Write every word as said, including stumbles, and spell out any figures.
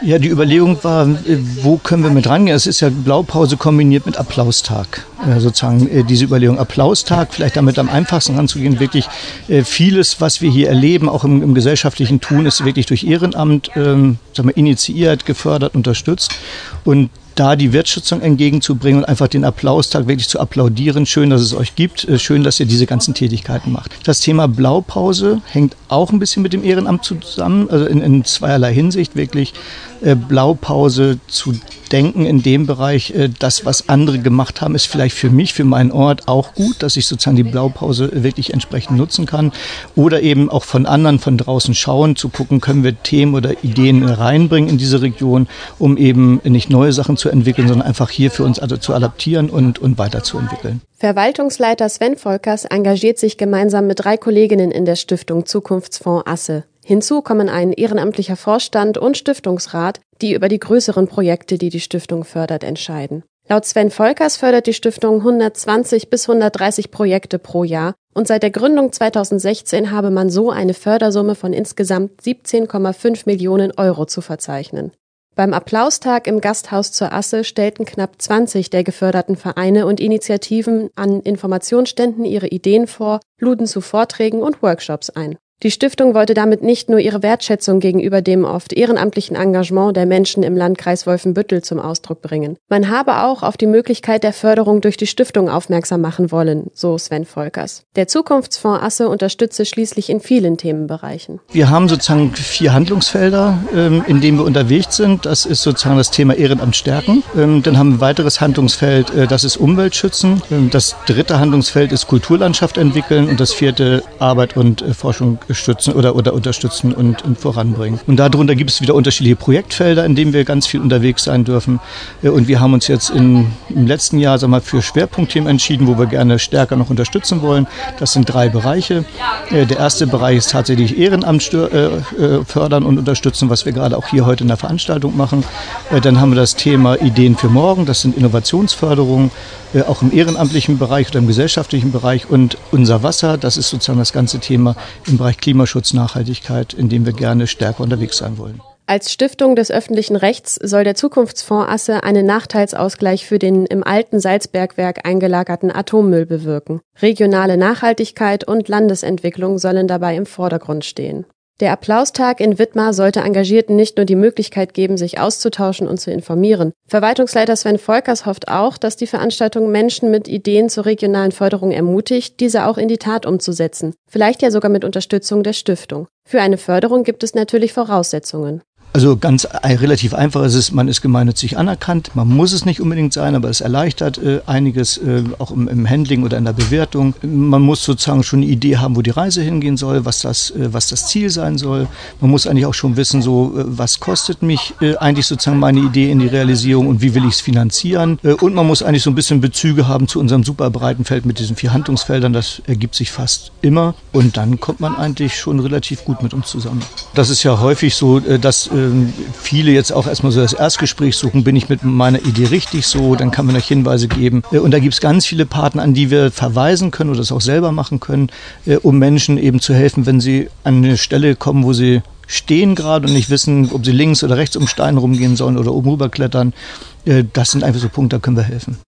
Ja, die Überlegung war, wo können wir mit rangehen? Es ist ja Blaupause kombiniert mit Applaustag, äh, sozusagen äh, diese Überlegung. Applaustag, vielleicht damit am einfachsten ranzugehen, wirklich äh, vieles, was wir hier erleben, auch im, im gesellschaftlichen Tun, ist wirklich durch Ehrenamt ähm, sagen wir, initiiert, gefördert, unterstützt. Und da die Wertschätzung entgegenzubringen und einfach den Applaustag wirklich zu applaudieren. Schön, dass es euch gibt. Schön, dass ihr diese ganzen Tätigkeiten macht. Das Thema Blaupause hängt auch ein bisschen mit dem Ehrenamt zusammen, also in, in zweierlei Hinsicht wirklich. Äh, Blaupause zu denken in dem Bereich, äh, das, was andere gemacht haben, ist vielleicht für mich, für meinen Ort auch gut, dass ich sozusagen die Blaupause wirklich entsprechend nutzen kann. Oder eben auch von anderen von draußen schauen, zu gucken, können wir Themen oder Ideen reinbringen in diese Region, um eben nicht neue Sachen zu entwickeln, sondern einfach hier für uns also zu adaptieren und, und weiterzuentwickeln. Verwaltungsleiter Sven Volkers engagiert sich gemeinsam mit drei Kolleginnen in der Stiftung Zukunftsfonds Asse. Hinzu kommen ein ehrenamtlicher Vorstand und Stiftungsrat, die über die größeren Projekte, die die Stiftung fördert, entscheiden. Laut Sven Volkers fördert die Stiftung hundertzwanzig bis hundertdreißig Projekte pro Jahr und seit der Gründung zweitausendsechzehn habe man so eine Fördersumme von insgesamt siebzehn Komma fünf Millionen Euro zu verzeichnen. Beim Applaustag im Gasthaus zur Asse stellten knapp zwanzig der geförderten Vereine und Initiativen an Informationsständen ihre Ideen vor, luden zu Vorträgen und Workshops ein. Die Stiftung wollte damit nicht nur ihre Wertschätzung gegenüber dem oft ehrenamtlichen Engagement der Menschen im Landkreis Wolfenbüttel zum Ausdruck bringen. Man habe auch auf die Möglichkeit der Förderung durch die Stiftung aufmerksam machen wollen, so Sven Volkers. Der Zukunftsfonds Asse unterstütze schließlich in vielen Themenbereichen. Wir haben sozusagen vier Handlungsfelder, in denen wir unterwegs sind. Das ist sozusagen das Thema Ehrenamt stärken. Dann haben wir ein weiteres Handlungsfeld, das ist Umwelt schützen. Das dritte Handlungsfeld ist Kulturlandschaft entwickeln und das vierte Arbeit und Forschung stützen oder, oder unterstützen und, und voranbringen. Und darunter gibt es wieder unterschiedliche Projektfelder, in denen wir ganz viel unterwegs sein dürfen. Und wir haben uns jetzt in, im letzten Jahr sagen wir mal, für Schwerpunktthemen entschieden, wo wir gerne stärker noch unterstützen wollen. Das sind drei Bereiche. Der erste Bereich ist tatsächlich Ehrenamt fördern und unterstützen, was wir gerade auch hier heute in der Veranstaltung machen. Dann haben wir das Thema Ideen für morgen, das sind Innovationsförderung, auch im ehrenamtlichen Bereich oder im gesellschaftlichen Bereich. Und unser Wasser, das ist sozusagen das ganze Thema im Bereich Klimaschutz, Nachhaltigkeit, in dem wir gerne stärker unterwegs sein wollen. Als Stiftung des öffentlichen Rechts soll der Zukunftsfonds Asse einen Nachteilsausgleich für den im alten Salzbergwerk eingelagerten Atommüll bewirken. Regionale Nachhaltigkeit und Landesentwicklung sollen dabei im Vordergrund stehen. Der Applaustag in Wittmar sollte Engagierten nicht nur die Möglichkeit geben, sich auszutauschen und zu informieren. Verwaltungsleiter Sven Volkers hofft auch, dass die Veranstaltung Menschen mit Ideen zur regionalen Förderung ermutigt, diese auch in die Tat umzusetzen. Vielleicht ja sogar mit Unterstützung der Stiftung. Für eine Förderung gibt es natürlich Voraussetzungen. Also ganz äh, relativ einfach ist es, man ist gemeinnützig anerkannt, man muss es nicht unbedingt sein, aber es erleichtert äh, einiges, äh, auch im, im Handling oder in der Bewertung. Man muss sozusagen schon eine Idee haben, wo die Reise hingehen soll, was das, äh, was das Ziel sein soll. Man muss eigentlich auch schon wissen, so äh, was kostet mich äh, eigentlich sozusagen meine Idee in die Realisierung und wie will ich es finanzieren. Äh, und man muss eigentlich so ein bisschen Bezüge haben zu unserem super breiten Feld mit diesen vier Handlungsfeldern, das ergibt sich fast immer und dann kommt man eigentlich schon relativ gut mit uns zusammen. Das ist ja häufig so, äh, dass äh, viele jetzt auch erstmal so das Erstgespräch suchen, bin ich mit meiner Idee richtig so, dann kann man euch Hinweise geben. Und da gibt es ganz viele Partner, an die wir verweisen können oder das auch selber machen können, um Menschen eben zu helfen, wenn sie an eine Stelle kommen, wo sie stehen gerade und nicht wissen, ob sie links oder rechts um Stein rumgehen sollen oder oben rüber klettern. Das sind einfach so Punkte, da können wir helfen.